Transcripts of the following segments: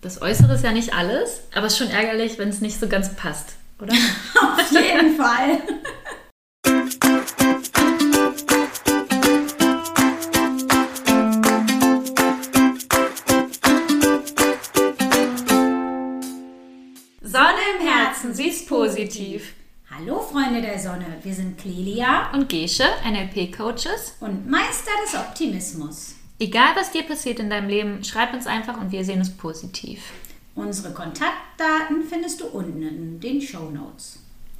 das Äußere ist ja nicht alles, aber es ist schon ärgerlich, wenn es nicht so ganz passt, oder? Auf jeden Fall. Sonne im Herzen, sie ist positiv. Hallo Freunde der Sonne, wir sind Clelia und Gesche, NLP-Coaches und Meister des Optimismus. Egal, was dir passiert in deinem Leben, schreib uns einfach und wir sehen es positiv. Unsere Kontaktdaten findest du unten in den Shownotes.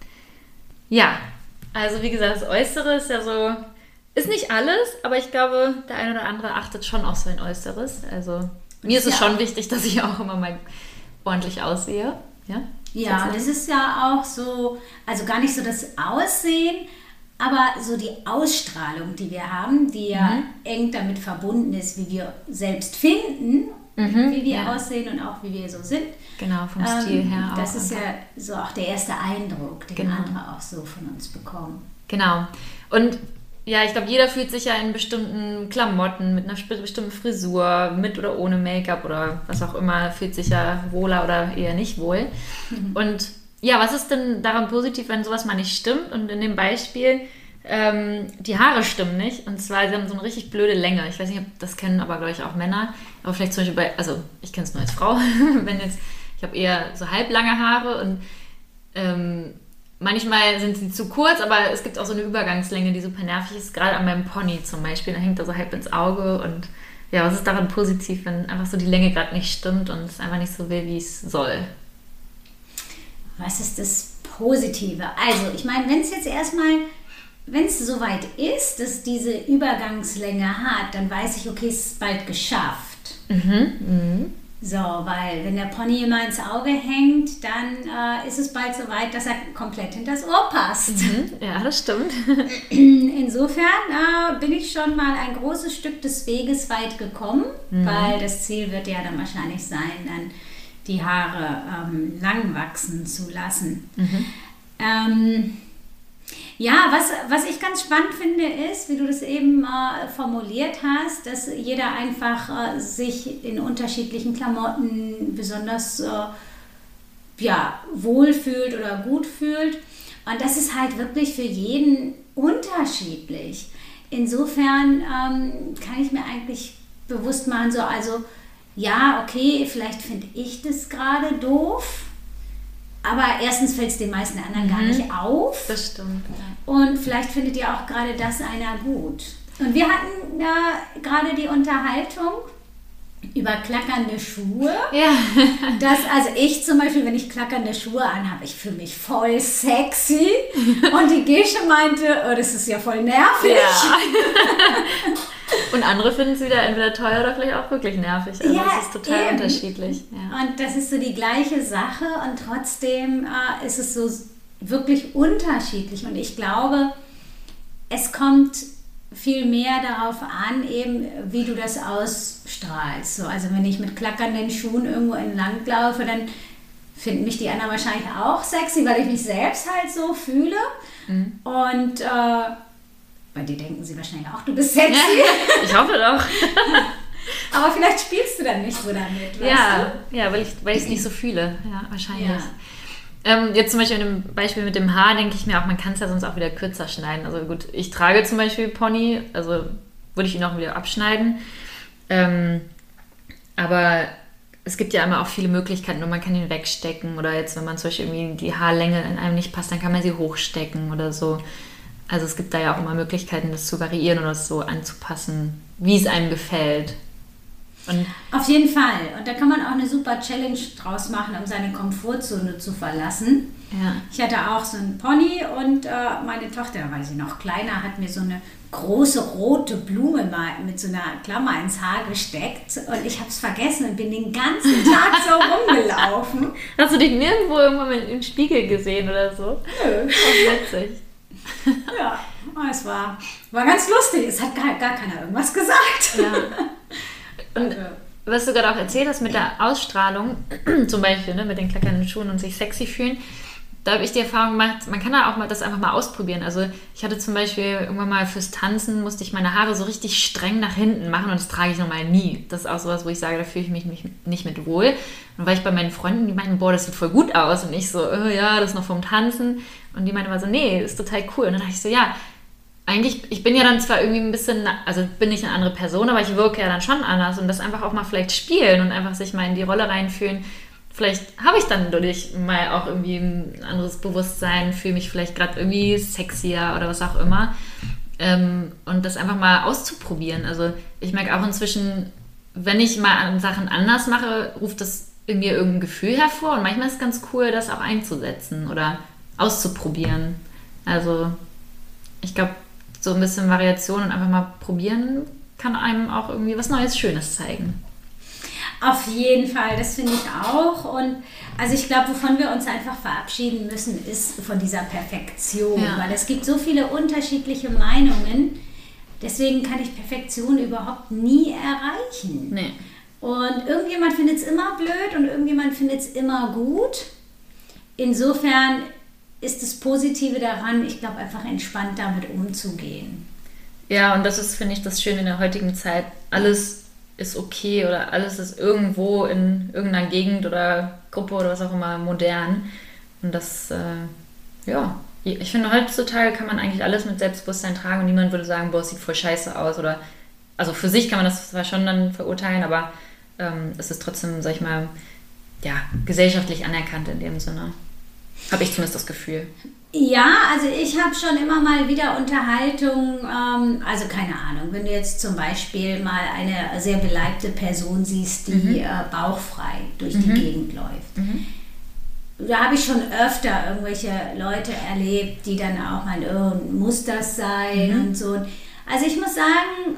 Ja, also wie gesagt, das Äußere ist ja so, ist nicht alles, aber ich glaube, der eine oder andere achtet schon auf sein Äußeres. Also mir ist es schon wichtig, dass ich auch immer mal ordentlich aussehe. Ja, das ist ja auch so, also gar nicht so das Aussehen, aber so die Ausstrahlung, die wir haben, die ja eng damit verbunden ist, wie wir selbst finden, wie wir aussehen und auch wie wir so sind. Genau, vom Stil her auch. Das ist ja so auch der erste Eindruck, den andere auch so von uns bekommen. Genau. Und ja, ich glaube, jeder fühlt sich ja in bestimmten Klamotten, mit einer bestimmten Frisur, mit oder ohne Make-up oder was auch immer, fühlt sich ja wohler oder eher nicht wohl. Und ja, was ist denn daran positiv, wenn sowas mal nicht stimmt? Und in dem Beispiel, die Haare stimmen nicht. Und zwar, sie haben so eine richtig blöde Länge. Ich weiß nicht, ob das kennen aber, glaube ich, auch Männer. Aber vielleicht zum Beispiel also ich kenne es nur als Frau. Ich habe eher so halblange Haare und manchmal sind sie zu kurz, aber es gibt auch so eine Übergangslänge, die super nervig ist. Gerade an meinem Pony zum Beispiel, da hängt er so halb ins Auge. Und ja, was ist daran positiv, wenn einfach so die Länge gerade nicht stimmt und es einfach nicht so will, wie es soll? Was ist das Positive? Also, ich meine, wenn es soweit ist, dass diese Übergangslänge hat, dann weiß ich, okay, es ist bald geschafft. So, weil wenn der Pony immer ins Auge hängt, dann ist es bald so weit, dass er komplett hinters Ohr passt. Ja, das stimmt. Insofern bin ich schon mal ein großes Stück des Weges weit gekommen, weil das Ziel wird ja dann wahrscheinlich sein, dann die Haare lang wachsen zu lassen. Ja, was ich ganz spannend finde, ist, wie du das eben formuliert hast, dass jeder einfach sich in unterschiedlichen Klamotten besonders wohlfühlt oder gut fühlt. Und das ist halt wirklich für jeden unterschiedlich. Insofern kann ich mir eigentlich bewusst machen, ja, okay, vielleicht finde ich das gerade doof. Aber erstens fällt es den meisten anderen gar nicht auf. Das stimmt. Ja. Und vielleicht findet ihr auch gerade das einer gut. Und wir hatten gerade die Unterhaltung über klackernde Schuhe. Ja. Also ich zum Beispiel, wenn ich klackernde Schuhe anhabe, ich fühle mich voll sexy. Und die Gesche meinte, oh, das ist ja voll nervig. Ja. Und andere finden es wieder entweder teuer oder vielleicht auch wirklich nervig. Also es ist total unterschiedlich. Ja. Und das ist so die gleiche Sache und trotzdem ist es so wirklich unterschiedlich. Und ich glaube, es kommt viel mehr darauf an, eben wie du das ausstrahlst. So, also wenn ich mit klackernden Schuhen irgendwo entlang laufe, dann finden mich die anderen wahrscheinlich auch sexy, weil ich mich selbst halt so fühle. Und bei dir denken sie wahrscheinlich auch, du bist sexy. Ja, ich hoffe doch. Aber vielleicht spielst du dann nicht so damit, weißt du? Ja, weil ich es nicht so fühle. Ja, wahrscheinlich. Ja. Jetzt zum Beispiel in dem Beispiel mit dem Haar denke ich mir auch, man kann es ja sonst auch wieder kürzer schneiden. Also gut, ich trage zum Beispiel Pony, also würde ich ihn auch wieder abschneiden. Aber es gibt ja immer auch viele Möglichkeiten und man kann ihn wegstecken. Oder jetzt, wenn man zum Beispiel irgendwie die Haarlänge in einem nicht passt, dann kann man sie hochstecken oder so. Also es gibt da ja auch immer Möglichkeiten, das zu variieren oder das so anzupassen, wie es einem gefällt. Und auf jeden Fall. Und da kann man auch eine super Challenge draus machen, um seine Komfortzone zu verlassen. Ja. Ich hatte auch so einen Pony und meine Tochter, weil sie noch kleiner, hat mir so eine große rote Blume mal mit so einer Klammer ins Haar gesteckt und ich habe es vergessen und bin den ganzen Tag so rumgelaufen. Hast du dich nirgendwo irgendwann im Spiegel gesehen oder so? Nö. Das ist witzig. Ja, es war ganz lustig. Es hat gar keiner irgendwas gesagt. Ja. Und was du gerade auch erzählt hast mit der Ausstrahlung, zum Beispiel mit den klackernden Schuhen und sich sexy fühlen, da habe ich die Erfahrung gemacht, man kann da auch mal das einfach mal ausprobieren. Also ich hatte zum Beispiel irgendwann mal fürs Tanzen, musste ich meine Haare so richtig streng nach hinten machen und das trage ich normal nie. Das ist auch sowas, wo ich sage, da fühle ich mich nicht mit wohl. Und dann war ich bei meinen Freunden, die meinten, boah, das sieht voll gut aus. Und ich so, ja, das ist noch vom Tanzen. Und die meinten immer so, nee, ist total cool. Und dann dachte ich so, ja, eigentlich, ich bin ja dann zwar irgendwie ein bisschen, also bin ich eine andere Person, aber ich wirke ja dann schon anders. Und das einfach auch mal vielleicht spielen und einfach sich mal in die Rolle reinfühlen. Vielleicht habe ich dann dadurch mal auch irgendwie ein anderes Bewusstsein, fühle mich vielleicht gerade irgendwie sexier oder was auch immer. Und das einfach mal auszuprobieren. Also ich merke auch inzwischen, wenn ich mal Sachen anders mache, ruft das in mir irgendein Gefühl hervor. Und manchmal ist es ganz cool, das auch einzusetzen oder auszuprobieren. Also ich glaube, so ein bisschen Variation und einfach mal probieren kann einem auch irgendwie was Neues, Schönes zeigen. Auf jeden Fall, das finde ich auch. Und also ich glaube, wovon wir uns einfach verabschieden müssen, ist von dieser Perfektion. Ja. Weil es gibt so viele unterschiedliche Meinungen. Deswegen kann ich Perfektion überhaupt nie erreichen. Nee. Und irgendjemand findet es immer blöd und irgendjemand findet es immer gut. Insofern ist das Positive daran, ich glaube, einfach entspannt damit umzugehen. Ja, und das ist, finde ich, das Schöne in der heutigen Zeit. Alles ist okay oder alles ist irgendwo in irgendeiner Gegend oder Gruppe oder was auch immer modern. Und das, ja, ich finde, heutzutage kann man eigentlich alles mit Selbstbewusstsein tragen und niemand würde sagen, boah, es sieht voll scheiße aus. Oder, also für sich kann man das zwar schon dann verurteilen, aber es ist trotzdem, sag ich mal, ja, gesellschaftlich anerkannt in dem Sinne. Habe ich zumindest das Gefühl. Ja, also ich habe schon immer mal wieder Unterhaltung, also keine Ahnung, wenn du jetzt zum Beispiel mal eine sehr beleibte Person siehst, die bauchfrei durch die Gegend läuft. Da habe ich schon öfter irgendwelche Leute erlebt, die dann auch meinen, oh, muss das sein und so. Also ich muss sagen,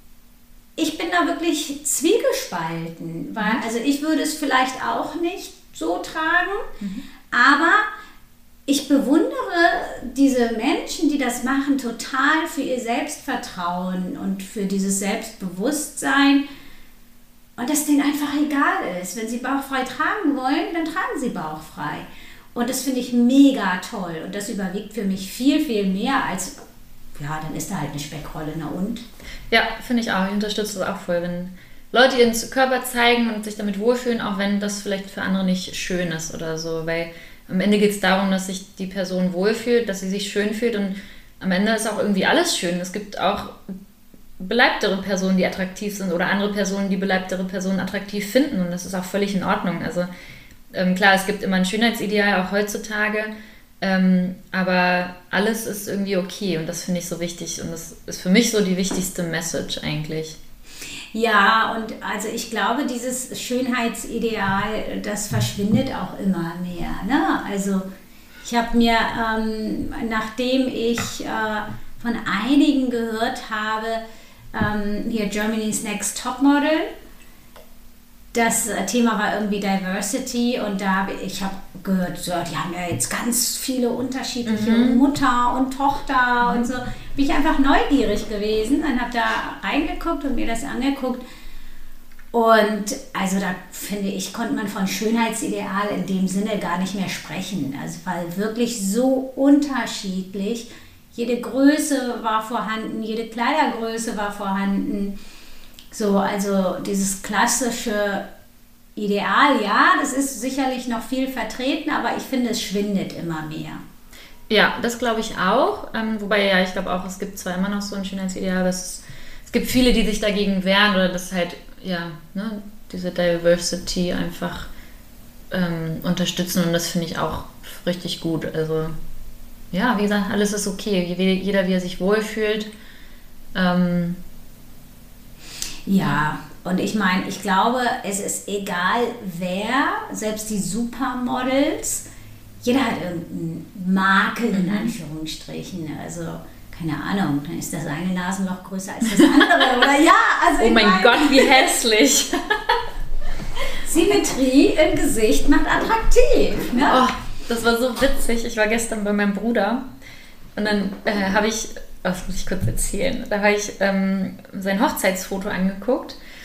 ich bin da wirklich zwiegespalten, weil also ich würde es vielleicht auch nicht so tragen, aber ich bewundere diese Menschen, die das machen, total für ihr Selbstvertrauen und für dieses Selbstbewusstsein und dass denen einfach egal ist. Wenn sie bauchfrei tragen wollen, dann tragen sie bauchfrei. Und das finde ich mega toll und das überwiegt für mich viel, viel mehr als, ja, dann ist da halt eine Speckrolle, na und? Ja, finde ich auch. Ich unterstütze das auch voll, wenn Leute ihren Körper zeigen und sich damit wohlfühlen, auch wenn das vielleicht für andere nicht schön ist oder so, weil am Ende geht es darum, dass sich die Person wohlfühlt, dass sie sich schön fühlt und am Ende ist auch irgendwie alles schön. Es gibt auch beleibtere Personen, die attraktiv sind oder andere Personen, die beleibtere Personen attraktiv finden und das ist auch völlig in Ordnung. Also klar, es gibt immer ein Schönheitsideal, auch heutzutage, aber alles ist irgendwie okay und das finde ich so wichtig und das ist für mich so die wichtigste Message eigentlich. Ja, und also ich glaube, dieses Schönheitsideal, das verschwindet auch immer mehr. Ne? Also ich habe mir, nachdem ich von einigen gehört habe, hier Germany's Next Topmodel, das Thema war irgendwie Diversity und ich habe gehört, so, die haben ja jetzt ganz viele unterschiedliche Mutter und Tochter und so. Bin ich einfach neugierig gewesen und habe da reingeguckt und mir das angeguckt. Und also da finde ich, konnte man von Schönheitsideal in dem Sinne gar nicht mehr sprechen. Also weil wirklich so unterschiedlich. Jede Größe war vorhanden, jede Kleidergröße war vorhanden. So, also dieses klassische Ideal, ja, das ist sicherlich noch viel vertreten, aber ich finde, es schwindet immer mehr. Ja, das glaube ich auch. Wobei, ja, ich glaube auch, es gibt zwar immer noch so ein Schönheitsideal, aber es gibt viele, die sich dagegen wehren oder das halt, ja, ne, diese Diversity einfach unterstützen und das finde ich auch richtig gut. Also, ja, wie gesagt, alles ist okay. Jeder, wie er sich wohlfühlt. Ja, und ich meine, ich glaube, es ist egal wer, selbst die Supermodels, jeder hat irgendeinen Makel in Anführungsstrichen, also keine Ahnung, dann ist das eine Nasenloch größer als das andere, oder ja, also oh mein Gott, wie hässlich! Symmetrie im Gesicht macht attraktiv, ne? Oh, das war so witzig, ich war gestern bei meinem Bruder und dann habe ich, das muss ich kurz erzählen, da habe ich sein Hochzeitsfoto angeguckt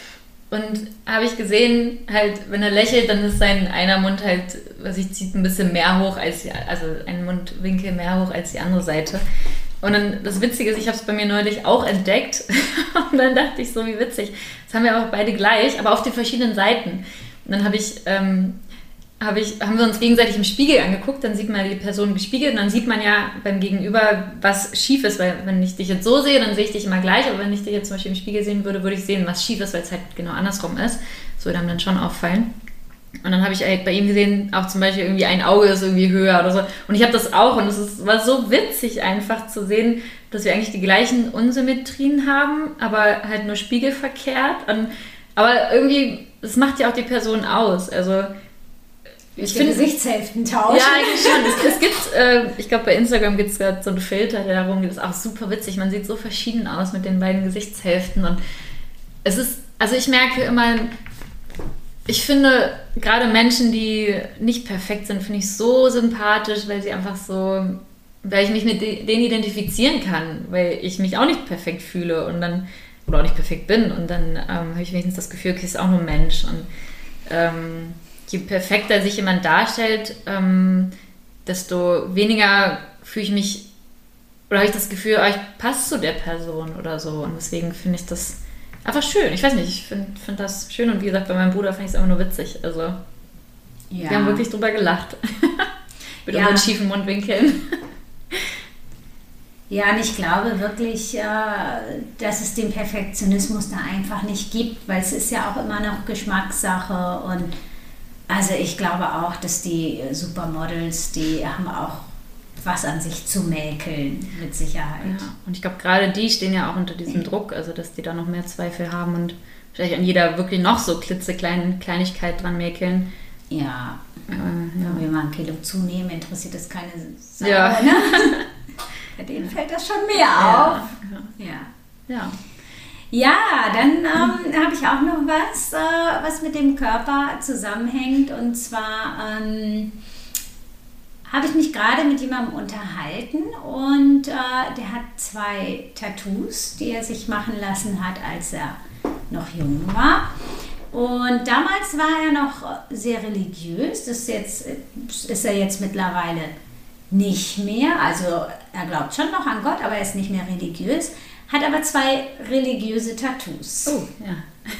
Und habe ich gesehen, halt, wenn er lächelt, dann ist sein einer Mund halt, zieht ein bisschen mehr hoch also ein Mundwinkel mehr hoch als die andere Seite. Und dann, das Witzige ist, ich habe es bei mir neulich auch entdeckt. Und dann dachte ich so, wie witzig. Das haben wir aber beide gleich, aber auf den verschiedenen Seiten. Und dann haben wir uns gegenseitig im Spiegel angeguckt, dann sieht man die Person gespiegelt und dann sieht man ja beim Gegenüber, was schief ist, weil wenn ich dich jetzt so sehe, dann sehe ich dich immer gleich, aber wenn ich dich jetzt zum Beispiel im Spiegel sehen würde, würde ich sehen, was schief ist, weil es halt genau andersrum ist. Das würde einem dann schon auffallen. Und dann habe ich halt bei ihm gesehen, auch zum Beispiel irgendwie ein Auge ist irgendwie höher oder so. Und ich habe das auch und war so witzig einfach zu sehen, dass wir eigentlich die gleichen Unsymmetrien haben, aber halt nur spiegelverkehrt. Aber irgendwie, das macht ja auch die Person aus. Also ich finde Gesichtshälften tauschen. Ja, eigentlich schon. Es gibt, ich glaube bei Instagram gibt es gerade so einen Filter, der darum geht, das ist auch super witzig. Man sieht so verschieden aus mit den beiden Gesichtshälften und es ist, also ich merke immer, ich finde gerade Menschen, die nicht perfekt sind, finde ich so sympathisch, weil ich mich mit denen identifizieren kann, weil ich mich auch nicht perfekt fühle und dann, oder auch nicht perfekt bin und dann habe ich wenigstens das Gefühl, okay, es ist auch nur ein Mensch und je perfekter sich jemand darstellt, desto weniger fühle ich mich oder habe ich das Gefühl, ich passe zu der Person oder so und deswegen finde ich das einfach schön. Ich weiß nicht, ich finde das schön und wie gesagt, bei meinem Bruder fand ich es einfach nur witzig. Also wir haben wirklich drüber gelacht. Mit unseren schiefen Mundwinkeln. Ja, und ich glaube wirklich, dass es den Perfektionismus da einfach nicht gibt, weil es ist ja auch immer noch Geschmackssache und also ich glaube auch, dass die Supermodels, die haben auch was an sich zu mäkeln, mit Sicherheit. Ja, und ich glaube, gerade die stehen ja auch unter diesem Druck, also dass die da noch mehr Zweifel haben und vielleicht an jeder wirklich noch so klitzekleine Kleinigkeit dran mäkeln. Ja, wenn wir mal ein Kilo zunehmen, interessiert das keine Sau, ja. Ne? Bei denen fällt das schon mehr auf. Ja, dann habe ich auch noch was mit dem Körper zusammenhängt und zwar habe ich mich gerade mit jemandem unterhalten und der hat 2 Tattoos, die er sich machen lassen hat, als er noch jung war. Und damals war er noch sehr religiös, ist er jetzt mittlerweile nicht mehr. Also er glaubt schon noch an Gott, aber er ist nicht mehr religiös, hat aber 2 religiöse Tattoos. Oh, ja.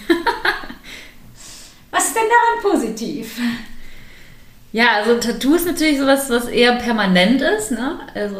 Was ist denn daran positiv? Ja, also ein Tattoo ist natürlich sowas, was eher permanent ist, ne?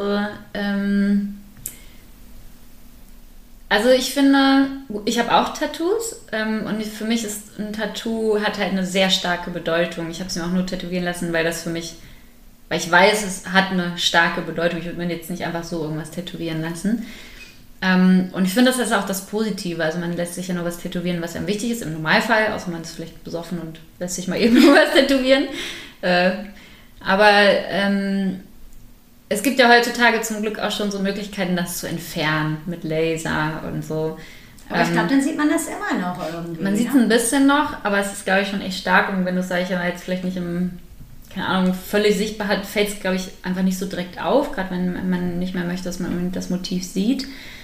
Also ich finde, ich habe auch Tattoos und für mich ist ein Tattoo, hat halt eine sehr starke Bedeutung. Ich habe es mir auch nur tätowieren lassen, weil ich weiß, es hat eine starke Bedeutung. Ich würde mir jetzt nicht einfach so irgendwas tätowieren lassen. Und ich finde, das ist auch das Positive. Also man lässt sich ja nur was tätowieren, was einem wichtig ist, im Normalfall, außer man ist vielleicht besoffen und lässt sich mal eben nur was tätowieren. Aber es gibt ja heutzutage zum Glück auch schon so Möglichkeiten, das zu entfernen mit Laser und so. Aber ich glaube, dann sieht man das immer noch irgendwie. Man sieht es ein bisschen noch, aber es ist, glaube ich, schon echt stark. Und wenn du es, sag ich mal, jetzt vielleicht nicht keine Ahnung, völlig sichtbar hat, fällt es, glaube ich, einfach nicht so direkt auf, gerade wenn man nicht mehr möchte, dass man unbedingt das Motiv sieht.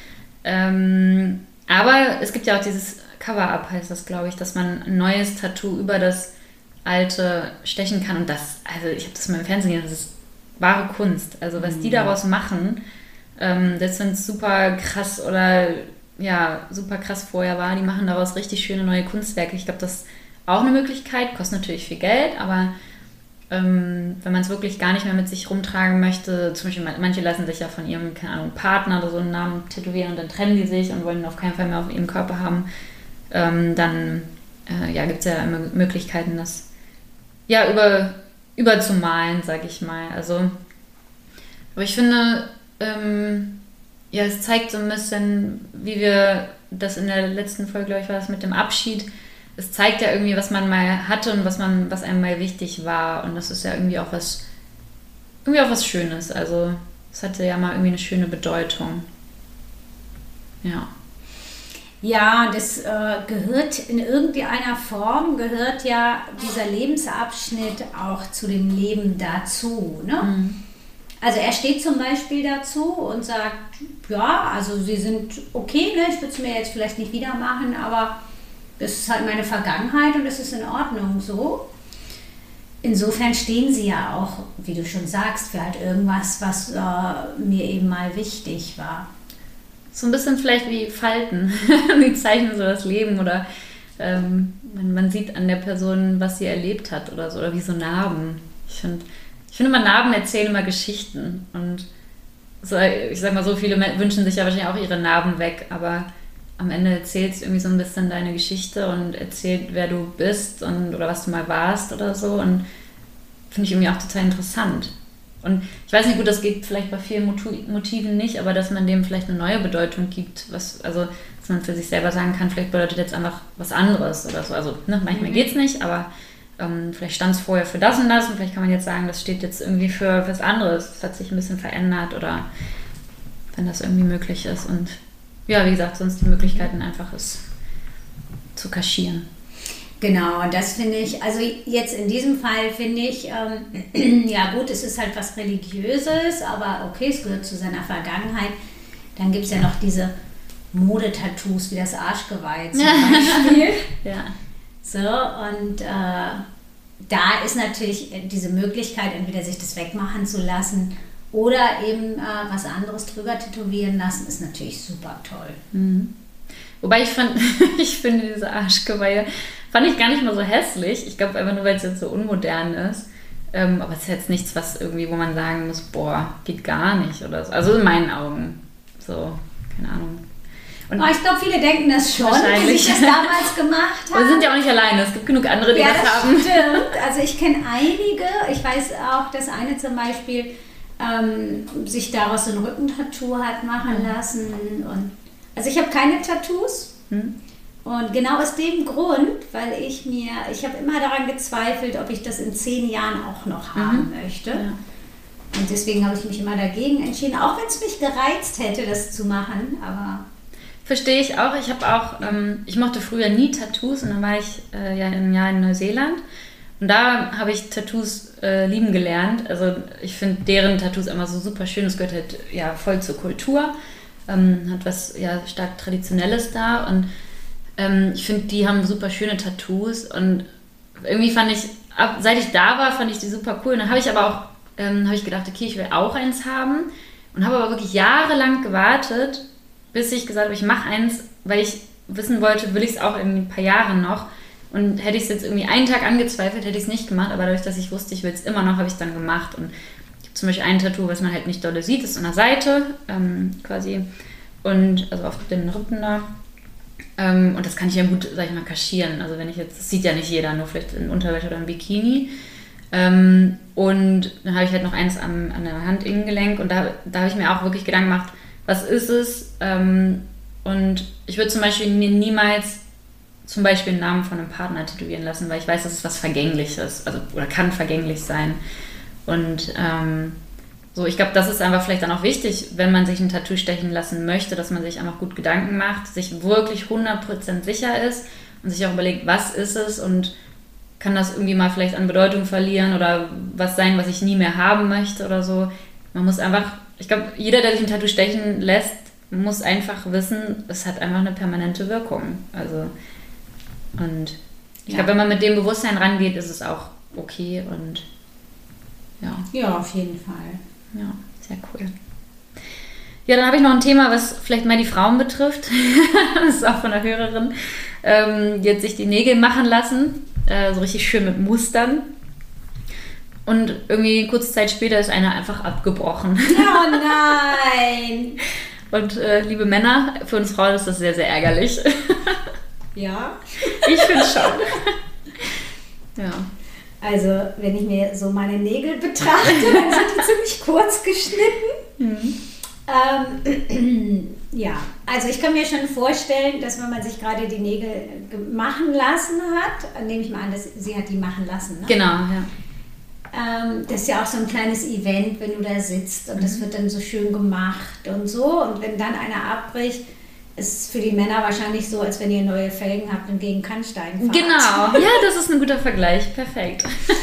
Aber es gibt ja auch dieses Cover-Up, heißt das, glaube ich, dass man ein neues Tattoo über das alte stechen kann. Und also ich habe das mal im Fernsehen gesehen, das ist wahre Kunst. Also was die daraus machen, selbst wenn es super krass oder super krass vorher war, die machen daraus richtig schöne neue Kunstwerke. Ich glaube, das ist auch eine Möglichkeit, kostet natürlich viel Geld, aber wenn man es wirklich gar nicht mehr mit sich rumtragen möchte, zum Beispiel manche lassen sich ja von ihrem, keine Ahnung, Partner oder so einen Namen tätowieren und dann trennen die sich und wollen ihn auf keinen Fall mehr auf ihrem Körper haben, dann gibt es ja immer Möglichkeiten, das überzumalen, sag ich mal. Also, aber ich finde, es zeigt so ein bisschen, wie wir das in der letzten Folge, glaube ich, war das mit dem Abschied. Es zeigt ja irgendwie, was man mal hatte und was einem mal wichtig war. Und das ist ja irgendwie auch was Schönes. Also es hatte ja mal irgendwie eine schöne Bedeutung. Ja. Ja, das gehört in irgendeiner Form, dieser Lebensabschnitt auch zu dem Leben dazu. Ne? Mhm. Also er steht zum Beispiel dazu und sagt, ja, also sie sind okay, ne? Ich würde es mir jetzt vielleicht nicht wieder machen, aber Das ist halt meine Vergangenheit und das ist in Ordnung so. Insofern stehen sie ja auch, wie du schon sagst, für halt irgendwas, was mir eben mal wichtig war. So ein bisschen vielleicht wie Falten. Die zeichnen so das Leben oder man sieht an der Person, was sie erlebt hat oder so. Oder wie so Narben. Ich finde immer, Narben erzählen immer Geschichten. Und so, ich sag mal, so viele wünschen sich ja wahrscheinlich auch ihre Narben weg. Aber am Ende erzählst du irgendwie so ein bisschen deine Geschichte und erzählt, wer du bist oder was du mal warst oder so. Und finde ich irgendwie auch total interessant. Und ich weiß nicht, gut, das geht vielleicht bei vielen Motiven nicht, aber dass man dem vielleicht eine neue Bedeutung gibt, dass man für sich selber sagen kann, vielleicht bedeutet jetzt einfach was anderes oder so. Also manchmal geht's nicht, aber vielleicht stand es vorher für das und das und vielleicht kann man jetzt sagen, das steht jetzt irgendwie für was anderes. Das hat sich ein bisschen verändert oder wenn das irgendwie möglich ist. Und ja, wie gesagt, sonst die Möglichkeiten einfach ist zu kaschieren. Genau, und das finde ich, also jetzt in diesem Fall finde ich, ja gut, es ist halt was Religiöses, aber okay, es gehört zu seiner Vergangenheit. Dann gibt es ja noch diese Modetattoos wie das Arschgeweih zum Beispiel. Ja. So, und da ist natürlich diese Möglichkeit, entweder sich das wegmachen zu lassen oder eben was anderes drüber tätowieren lassen, ist natürlich super toll. Mhm. Wobei ich finde diese Arschgeweihe, fand ich gar nicht mal so hässlich. Ich glaube einfach nur, weil es jetzt so unmodern ist. Aber es ist jetzt nichts, was irgendwie, wo man sagen muss, boah, geht gar nicht oder so. Also in meinen Augen. So, keine Ahnung. Und ich glaube, viele denken das schon, die sich das damals gemacht haben. Aber wir sind ja auch nicht alleine. Es gibt genug andere, die das haben. Stimmt. Also ich kenne einige. Ich weiß auch, dass eine zum Beispiel sich daraus so ein Rückentattoo hat machen lassen. Also ich habe keine Tattoos. Und genau aus dem Grund, weil ich habe immer daran gezweifelt, ob ich das in 10 Jahren auch noch haben möchte. Ja. Und deswegen habe ich mich immer dagegen entschieden, auch wenn es mich gereizt hätte, das zu machen. Aber verstehe ich auch. Ich mochte früher nie Tattoos und dann war ich ein Jahr in Neuseeland. Und da habe ich Tattoos lieben gelernt. Also ich finde deren Tattoos immer so super schön. Es gehört halt ja voll zur Kultur. Hat was stark Traditionelles da und ich finde, die haben super schöne Tattoos und irgendwie seit ich da war, fand ich die super cool. Und dann habe ich aber auch gedacht, okay, ich will auch eins haben und habe aber wirklich jahrelang gewartet, bis ich gesagt habe, ich mache eins, weil ich wissen wollte, will ich es auch in ein paar Jahren noch. Und hätte ich es jetzt irgendwie einen Tag angezweifelt, hätte ich es nicht gemacht, aber dadurch, dass ich wusste, ich will es immer noch, habe ich es dann gemacht. Und zum Beispiel ein Tattoo, was man halt nicht dolle sieht, ist an der Seite quasi und also auf den Rippen da. Und das kann ich ja gut, sag ich mal, kaschieren. Also das sieht ja nicht jeder, nur vielleicht in Unterwäsche oder im Bikini. Und dann habe ich halt noch eins an der Handinnengelenk und da habe ich mir auch wirklich Gedanken gemacht, was ist es? Und ich würde zum Beispiel niemals zum Beispiel den Namen von einem Partner tätowieren lassen, weil ich weiß, dass es was Vergängliches, oder kann vergänglich sein. Und ich glaube, das ist einfach vielleicht dann auch wichtig, wenn man sich ein Tattoo stechen lassen möchte, dass man sich einfach gut Gedanken macht, sich wirklich 100% sicher ist und sich auch überlegt, was ist es und kann das irgendwie mal vielleicht an Bedeutung verlieren oder was sein, was ich nie mehr haben möchte oder so. Man muss einfach, ich glaube, jeder, der sich ein Tattoo stechen lässt, muss einfach wissen, es hat einfach eine permanente Wirkung. Also, und ich glaube, wenn man mit dem Bewusstsein rangeht, ist es auch okay und ja. Ja, auf jeden Fall. Ja, sehr cool. Ja, dann habe ich noch ein Thema, was vielleicht mal die Frauen betrifft. Das ist auch von einer Hörerin. Die hat sich die Nägel machen lassen, so richtig schön mit Mustern. Und irgendwie kurze Zeit später ist einer einfach abgebrochen. Oh nein! Und liebe Männer, für uns Frauen ist das sehr, sehr ärgerlich. Ja? Ich finde schon. Ja. Also, wenn ich mir so meine Nägel betrachte, dann sind die ziemlich kurz geschnitten. Ja, also ich kann mir schon vorstellen, dass wenn man sich gerade die Nägel machen lassen hat, nehme ich mal an, dass sie hat die machen lassen. Ne? Genau, ja. Das ist ja auch so ein kleines Event, wenn du da sitzt und das wird dann so schön gemacht und so. Und wenn dann einer abbricht, ist es für die Männer wahrscheinlich so, als wenn ihr neue Felgen habt und gegen Kannstein fahrt. Genau, ja, das ist ein guter Vergleich. Perfekt.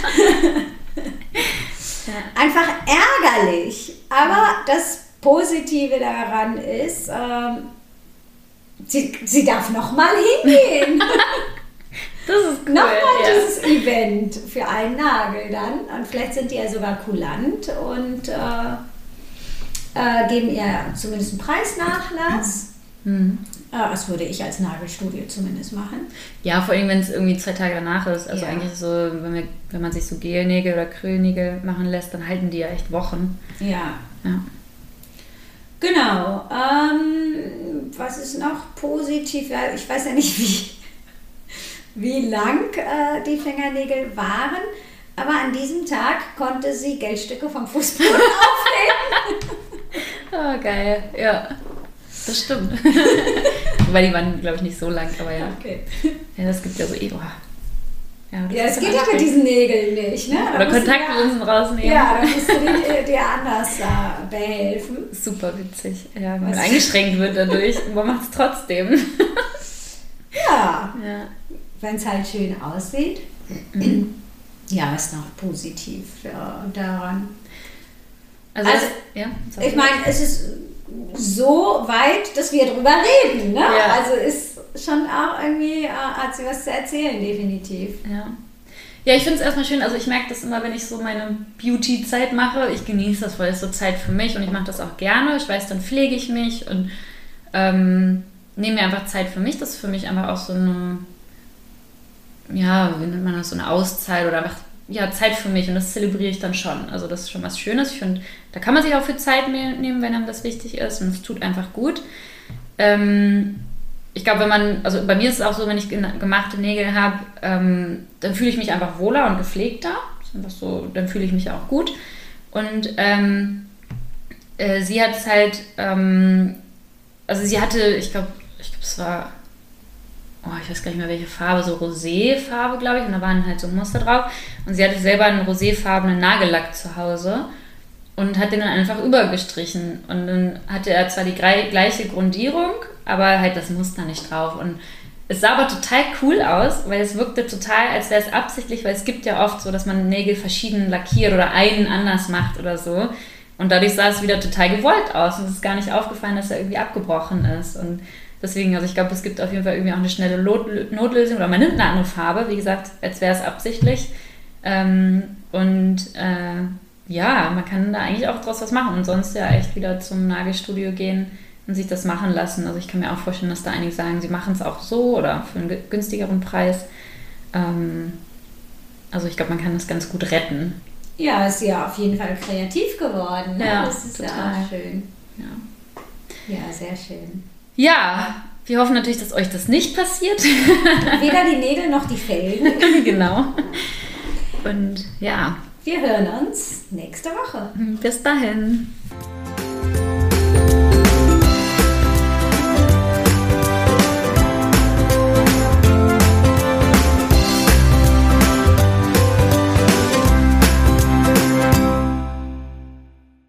Ja. Einfach ärgerlich. Aber das Positive daran ist, sie darf noch mal hingehen. Das ist cool. Nochmal dieses Event für einen Nagel dann. Und vielleicht sind die ja sogar kulant und geben ihr zumindest einen Preisnachlass. Das würde ich als Nagelstudio zumindest machen. Ja, vor allem, wenn es irgendwie 2 Tage danach ist. Also eigentlich so, wenn man sich so Gelnägel oder Krüllnägel machen lässt, dann halten die ja echt Wochen. Ja. Genau. Was ist noch positiv? Ja, ich weiß ja nicht, wie lang die Fingernägel waren, aber an diesem Tag konnte sie Geldstücke vom Fußboden aufheben. Oh, geil. Ja, das stimmt. Wobei die waren, glaube ich, nicht so lang, aber ja. Okay. Ja, das gibt ja so Ja, es geht ja mit diesen Nägeln nicht, ne? Oder Kontaktlinsen rausnehmen. Ja, da musst du dir anders behelfen. Super witzig. Ja, wenn man eingeschränkt wird dadurch, aber man macht es trotzdem. Ja. Wenn es halt schön aussieht. Ja, ist noch positiv daran. Also ich meine, es ist so weit, dass wir drüber reden, ne? Ja. Also ist schon auch irgendwie, hat sie was zu erzählen, definitiv. Ja, ich finde es erstmal schön, also ich merke das immer, wenn ich so meine Beauty-Zeit mache, ich genieße das, weil es so Zeit für mich und ich mache das auch gerne. Ich weiß, dann pflege ich mich und nehme mir einfach Zeit für mich. Das ist für mich einfach auch so eine, ja, wie nennt man das, so eine Auszeit oder einfach, ja, Zeit für mich und das zelebriere ich dann schon. Also das ist schon was Schönes. Ich finde, da kann man sich auch für Zeit nehmen, wenn einem das wichtig ist und es tut einfach gut. Ich glaube, also bei mir ist es auch so, wenn ich gemachte Nägel habe, dann fühle ich mich einfach wohler und gepflegter. Das ist einfach so, dann fühle ich mich auch gut. Und sie hat es halt, also sie hatte, ich glaube, es war, ich weiß gar nicht mehr welche Farbe, so Roséfarbe, glaube ich, und da waren halt so Muster drauf. Und sie hatte selber einen roséfarbenen Nagellack zu Hause und hat den dann einfach übergestrichen. Und dann hatte er zwar die gleiche Grundierung, aber halt das Muster nicht drauf. Und es sah aber total cool aus, weil es wirkte total, als wäre es absichtlich, weil es gibt ja oft so, dass man Nägel verschieden lackiert oder einen anders macht oder so. Und dadurch sah es wieder total gewollt aus und es ist gar nicht aufgefallen, dass er irgendwie abgebrochen ist. Und deswegen, also ich glaube, es gibt auf jeden Fall irgendwie auch eine schnelle Notlösung oder man nimmt eine andere Farbe, wie gesagt, als wäre es absichtlich. Ja, man kann da eigentlich auch draus was machen und sonst ja echt wieder zum Nagelstudio gehen und sich das machen lassen. Also ich kann mir auch vorstellen, dass da einige sagen, sie machen es auch so oder für einen günstigeren Preis. Also ich glaube, man kann das ganz gut retten. Ja, ist ja auf jeden Fall kreativ geworden. Ne? Ja, das ist total. Ja auch schön. Ja, sehr schön. Ja, wir hoffen natürlich, dass euch das nicht passiert. Weder die Nägel noch die Felgen. Genau. Und ja. Wir hören uns nächste Woche. Bis dahin.